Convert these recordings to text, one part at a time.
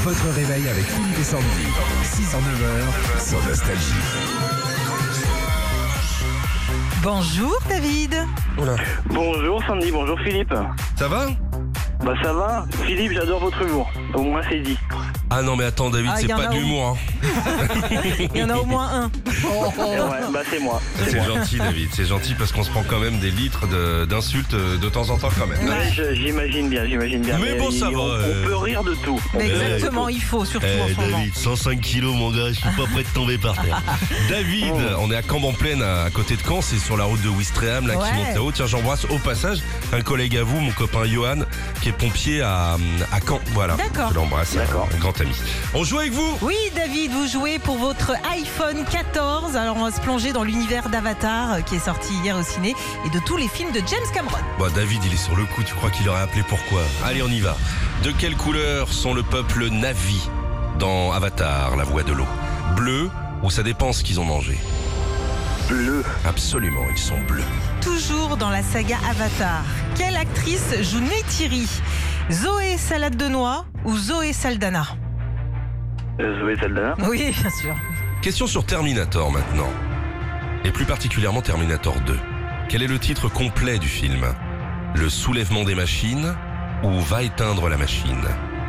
Votre réveil avec Philippe et Sandy. 6h-9h sur Nostalgie. Bonjour David. Bonjour Sandy, bonjour Philippe. Ça va? Bah ça va, Philippe, j'adore votre humour. Au moins c'est dit. Ah non mais attends David, Ah, c'est y en pas a de l'humour. Il y en a au moins un. Ouais, bah c'est moi. C'est gentil David, c'est gentil parce qu'on se prend quand même des litres d'insultes de temps en temps quand même. Ouais, j'imagine bien. Mais bon, ça va, On peut rire de tout. Mais exactement, il faut surtout en ce moment. David, 105 kilos mon gars, je suis pas prêt de tomber par terre. David, on est à Camp-en-Plaine à côté de Caen, c'est sur la route de Ouistreham là, qui Ouais. monte là-haut. Tiens, j'embrasse au passage un collègue à vous, mon copain Johan, qui est pompier à Caen. Voilà, D'accord. je l'embrasse, D'accord. un grand ami. On joue avec vous? Oui David, vous jouez pour votre iPhone 14. Alors on va se plonger dans l'univers d'Avatar qui est sorti hier au ciné et de tous les films de James Cameron. Bon, David, il est sur le coup, tu crois qu'il aurait appelé pourquoi? Allez, on y va. De quelle couleur sont le peuple Na'vi dans Avatar, la voix de l'eau? Bleu ou ça dépend ce qu'ils ont mangé? Bleu. Absolument, ils sont bleus. Toujours dans la saga Avatar, quelle actrice joue Neytiri? Zoé Salade de Noix ou Zoé Saldana? Zoé Saldana. Oui, bien sûr. Question sur Terminator maintenant. Et plus particulièrement Terminator 2. Quel est le titre complet du film? Le soulèvement des machines ou Va éteindre la machine?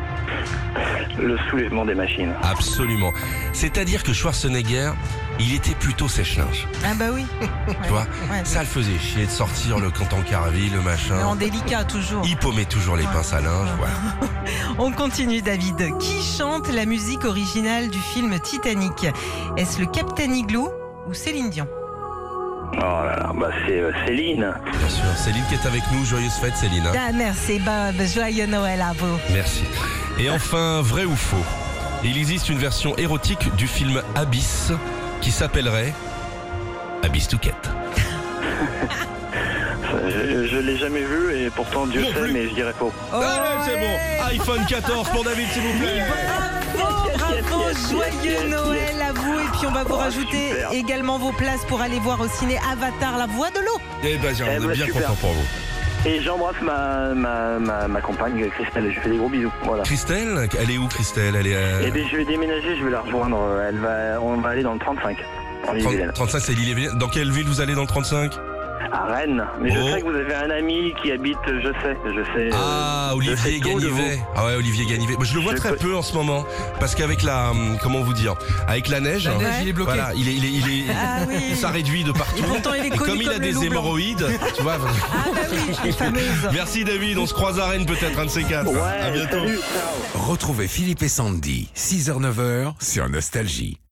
Le soulèvement des machines. Absolument. C'est-à-dire que Schwarzenegger, il était plutôt sèche-linge. Ah bah oui. Tu vois, Ouais, ça le faisait chier de sortir le canton Caravi, le mais machin. en délicat toujours. Il paumait toujours les pinces à linge, voilà. On continue David. Qui chante la musique originale du film Titanic? Est-ce le Captain Igloo ou Céline Dion? Oh là là, bah c'est Céline. Bien sûr, Céline qui est avec nous, joyeuse fête Céline. Hein. Ah merci Bob, joyeux Noël à vous. Merci. Et enfin, vrai ou faux? Il existe une version érotique du film Abyss qui s'appellerait Abyss Touquette. Je l'ai jamais vu et pourtant Dieu Non sait, plus. mais je dirais faux. C'est bon. iPhone 14 pour David, s'il vous plaît. Bravo, joyeux Noël à vous. Et puis on va vous rajouter super. également vos places pour aller voir au ciné Avatar, la voix de l'eau. Eh ben, on Eh est ben, bien super. content pour vous. Et j'embrasse ma compagne Christelle, je lui fais des gros bisous. Voilà. Christelle, elle est où Christelle? Elle est Et bien je vais déménager, je vais la rejoindre. On va aller dans le 35. En Ille-et-Vilaine. 35, c'est l'Ille-et-Vilaine. Dans quelle ville vous allez dans le 35? À Rennes. Mais je Oh. sais que vous avez un ami qui habite, je sais. Ah, je sais Olivier tout de Ganivet. vous. Ah ouais, Olivier Ganivet. Moi, je le vois Je très peux- peu en ce moment. Parce qu'avec la, comment vous dire, avec la neige, il est bloqué. Voilà, il est, Ah oui. ça réduit de partout. Et pourtant, il est Et connu comme il a comme le des loup blanc. hémorroïdes, tu vois. Ah bah oui, les fameuses. Merci David, on se croise à Rennes peut-être, un de ces quatre. Ouais, À bientôt. salut, ciao. Retrouvez Philippe et Sandy. 6h-9h sur Nostalgie.